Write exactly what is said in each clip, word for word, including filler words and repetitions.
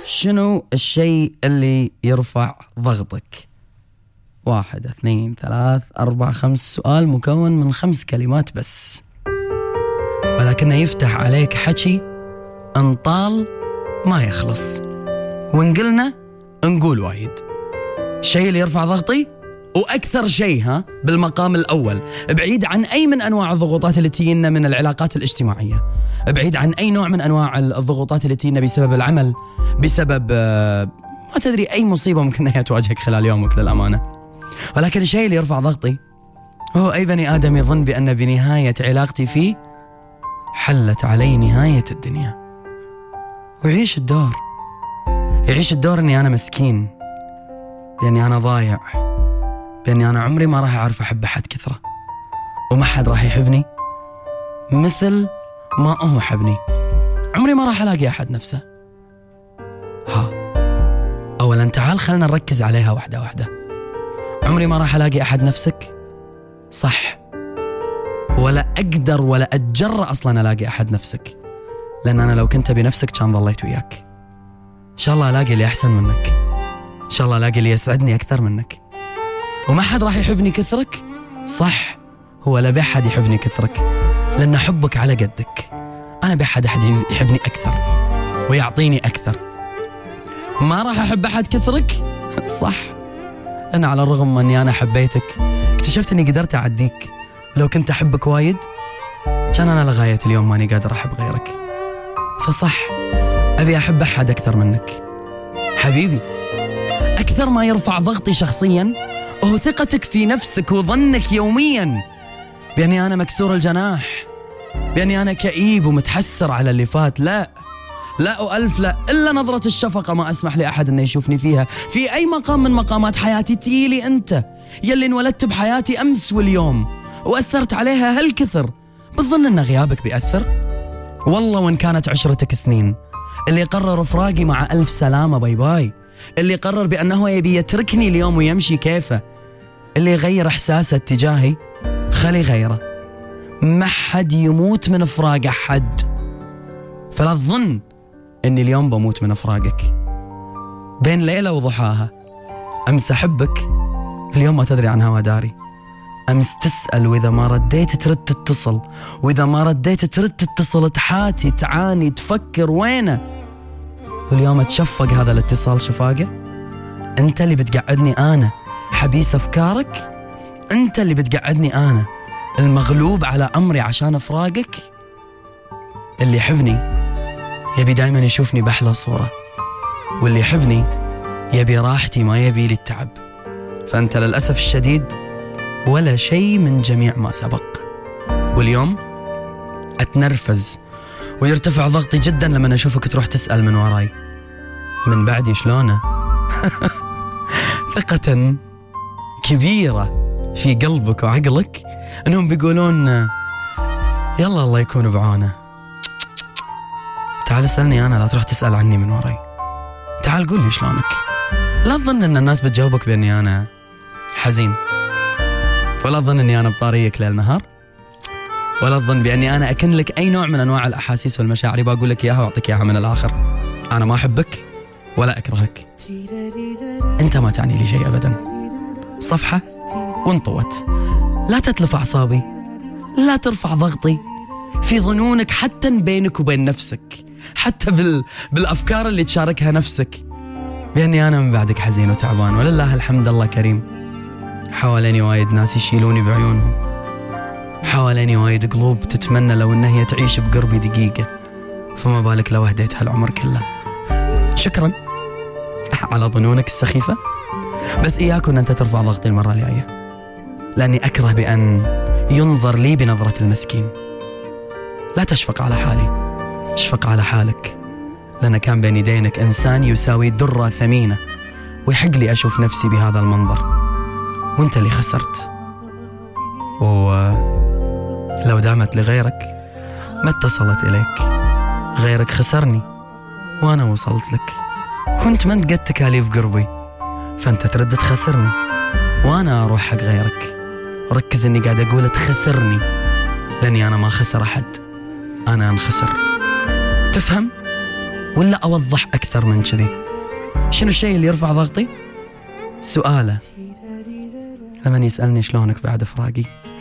شنو الشيء اللي يرفع ضغطك؟ واحد اثنين ثلاث أربع خمس، سؤال مكون من خمس كلمات بس، ولكنه يفتح عليك حكي انطال ما يخلص، وإن قلنا نقول وايد. الشيء اللي يرفع ضغطي وأكثر شيء ها بالمقام الأول، بعيد عن أي من أنواع الضغوطات اللي تجينا من العلاقات الاجتماعية، بعيد عن أي نوع من أنواع الضغوطات اللي تجينا بسبب العمل، بسبب ما تدري أي مصيبة ممكن هي تواجهك خلال يومك للأمانة. ولكن الشيء اللي يرفع ضغطي هو أي بني آدم يظن بأن بنهاية علاقتي فيه حلت علي نهاية الدنيا، ويعيش الدور يعيش الدور أني أنا مسكين، بأني أنا ضايع، بأني أنا عمري ما راح أعرف أحب أحد كثرة، وما حد راح يحبني مثل ما هو حبني، عمري ما راح ألاقي أحد نفسه. ها أولا تعال خلنا نركز عليها واحدة واحدة. عمري ما راح ألاقي أحد نفسك، صح، ولا أقدر ولا أتجرأ أصلا ألاقي أحد نفسك، لأن أنا لو كنت بنفسك كان ظليت وياك. إن شاء الله ألاقي اللي أحسن منك، إن شاء الله ألاقي اللي يسعدني أكثر منك، وما حد راح يحبني كثرك، صح، هو لا بأحد يحبني كثرك، لأن حبك على قدك. أنا بأحد أحد يحبني أكثر ويعطيني أكثر. ما راح أحب أحد كثرك، صح، لأن على الرغم من أني أنا حبيتك اكتشفت أني قدرت أعديك. لو كنت أحبك وايد كان أنا لغاية اليوم ماني قادر أحب غيرك. فصح أبي أحب أحد أكثر منك حبيبي. أكثر ما يرفع ضغطي شخصيا هو ثقتك في نفسك وظنك يوميا بأني أنا مكسور الجناح، بأني أنا كئيب ومتحسر على اللي فات. لا لا وألف لا، إلا نظرة الشفقة ما أسمح لأحد أنه يشوفني فيها في أي مقام من مقامات حياتي. تيلي أنت يلي انولدت بحياتي أمس واليوم وأثرت عليها هالكثر، بتظن أن غيابك بيأثر؟ والله وإن كانت عشرتك سنين. اللي قرر فراقي مع ألف سلامة باي باي، اللي قرر بأنه يبي يتركني اليوم ويمشي كيفه، اللي يغير إحساسه تجاهي خلي غيره. ما حد يموت من فراق أحد، فلا تظن أني اليوم بموت من فراقك. بين ليلة وضحاها أمس أحبك، اليوم ما تدري عنها وداري. أمس تسأل وإذا ما رديت ترد تتصل، وإذا ما رديت ترد تتصل، تحاتي تعاني تفكر وينه، واليوم تشفق هذا الاتصال شفاقة. أنت اللي بتقعدني أنا حبيس أفكارك، أنت اللي بتقعدني أنا المغلوب على أمري عشان فراقك. اللي يحبني يبي دايما يشوفني بأحلى صورة، واللي يحبني يبي راحتي ما يبي لي التعب. فأنت للأسف الشديد ولا شيء من جميع ما سبق. واليوم أتنرفز ويرتفع ضغطي جدا لما أشوفك تروح تسأل من وراي من بعدي شلونه. ثقة كبيرة في قلبك وعقلك أنهم بيقولون يلا الله يكون بعونه، تعال اسألني أنا، لا تروح تسأل عني من وراي، تعال قول لي شلونك. لا تظن أن الناس بتجاوبك بأني أنا حزين، ولا تظن أني أنا بطاريك ليل نهار، ولا تظن بأني أنا أكن لك أي نوع من أنواع الأحاسيس والمشاعر بقول لك إياها وأعطيك إياها من الآخر. أنا ما أحبك ولا أكرهك، أنت ما تعني لي شيء أبدا. صفحة وانطوت. لا تتلف أعصابي، لا ترفع ضغطي في ظنونك حتى بينك وبين نفسك، حتى بال... بالأفكار اللي تشاركها نفسك بأني أنا من بعدك حزين وتعبان. ولله الحمد الله كريم، حواليني وايد ناس يشيلوني بعيونهم، حواليني وايد قلوب تتمنى لو أنها هي تعيش بقربي دقيقة، فما بالك لو هديت هالعمر كله. شكرا على ظنونك السخيفة، بس إياك أن أنت ترفع ضغطي المرة الجاية، لأني أكره بأن ينظر لي بنظرة المسكين. لا تشفق على حالي، اشفق على حالك، لأن كان بين يدينك إنسان يساوي درة ثمينة، ويحق لي أشوف نفسي بهذا المنظر، وانت اللي خسرت. ولو دامت لغيرك ما اتصلت إليك، غيرك خسرني وأنا وصلت لك، وانت ما انت قد تكاليف قربي، فانت ترد تخسرني وأنا أروح حق غيرك. ركز أني قاعد أقول تخسرني، لأني أنا ما خسر أحد، أنا انخسر. تفهم؟ ولا أوضح أكثر من كذي؟ شنو الشيء اللي يرفع ضغطي؟ سؤاله لمن يسألني شلونك بعد فراقي.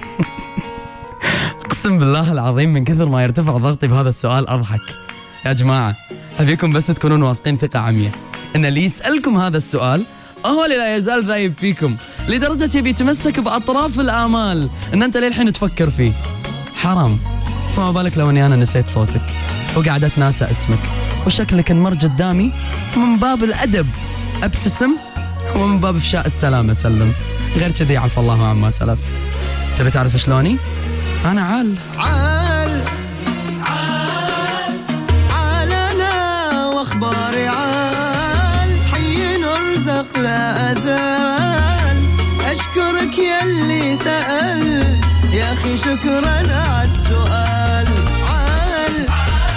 أقسم بالله العظيم من كثر ما يرتفع ضغطي بهذا السؤال أضحك. يا جماعة أبيكم بس تكونون واثقين ثقة عمياء إن اللي يسألكم هذا السؤال هو اللي لا يزال ذايب فيكم لدرجة يبي يتمسك بأطراف الآمال إن أنت للحين تفكر فيه. حرام، فما بالك لو أني أنا نسيت صوتك وقاعد أتناسى اسمك وشكلك انمر قدامي، من باب الأدب أبتسم ومن باب إفشاء السلام أسلم، غير كذي عفى الله عما سلف. تبي تعرف شلوني؟ أنا عال عال عال عال أنا وأخباري عال، حي نرزق لا أزال، أشكرك يلي سألت يا أخي شكرا على السؤال. عال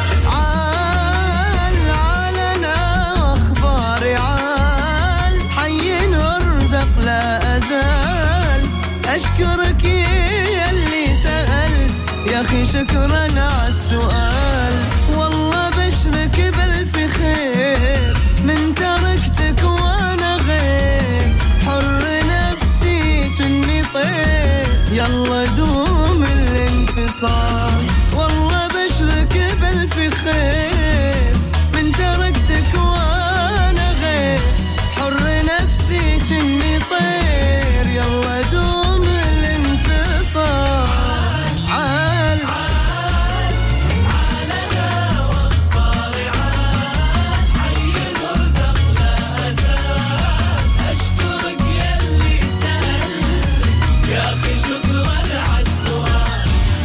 عال عال أنا وأخباري عال، حي نرزق لا أزال، أشكرك يلي سألت يا أخي شكرا على السؤال. والله بشرك بألف خير من تركتك وأنا غير، حر نفسي كني طير يلا دوم الانفصال. والله بشرك بألف خير من تركتك وأنا غير، حر نفسي كني طير يلا دوم الانفصال. عال عال عال أنا وأخباري عال، حي نرزق لا أزال، أشكرك يلي سألت يا أخي شكرا على السؤال.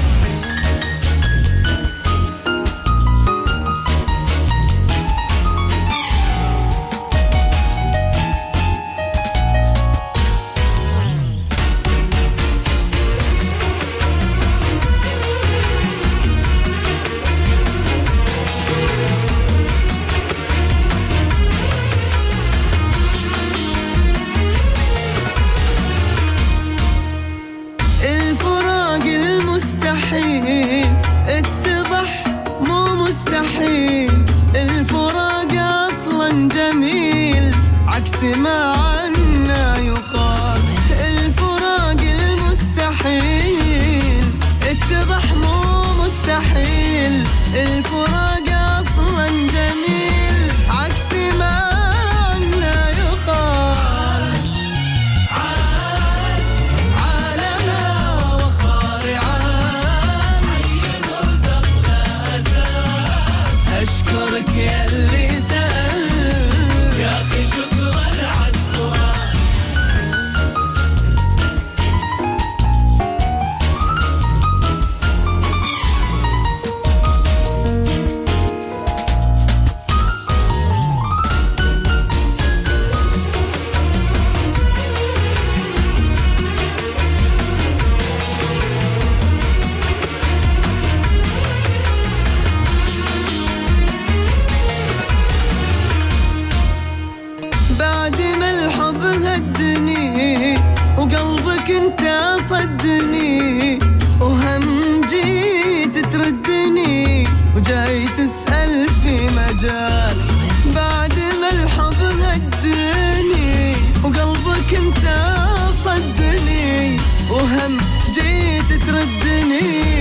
الفراق المستحيل اتضح مو مستحيل، الفراق اصلا جميل عكس ما عنا يقال. الفراق المستحيل اتضح مو مستحيل، الفراق اصلا جميل عكس ما عنا يقال. عال عال أنا وأخباري عال، حي نرزق لا أزال، أشكرك يلي سألت يا أخي شكرا على السؤال. بعد ما الحب هدني وقلبك انت صدني، وهم جيت تردني وجاي تسأل في مجال. بعد ما الحب هدني وقلبك انت صدني، وهم جيت تردني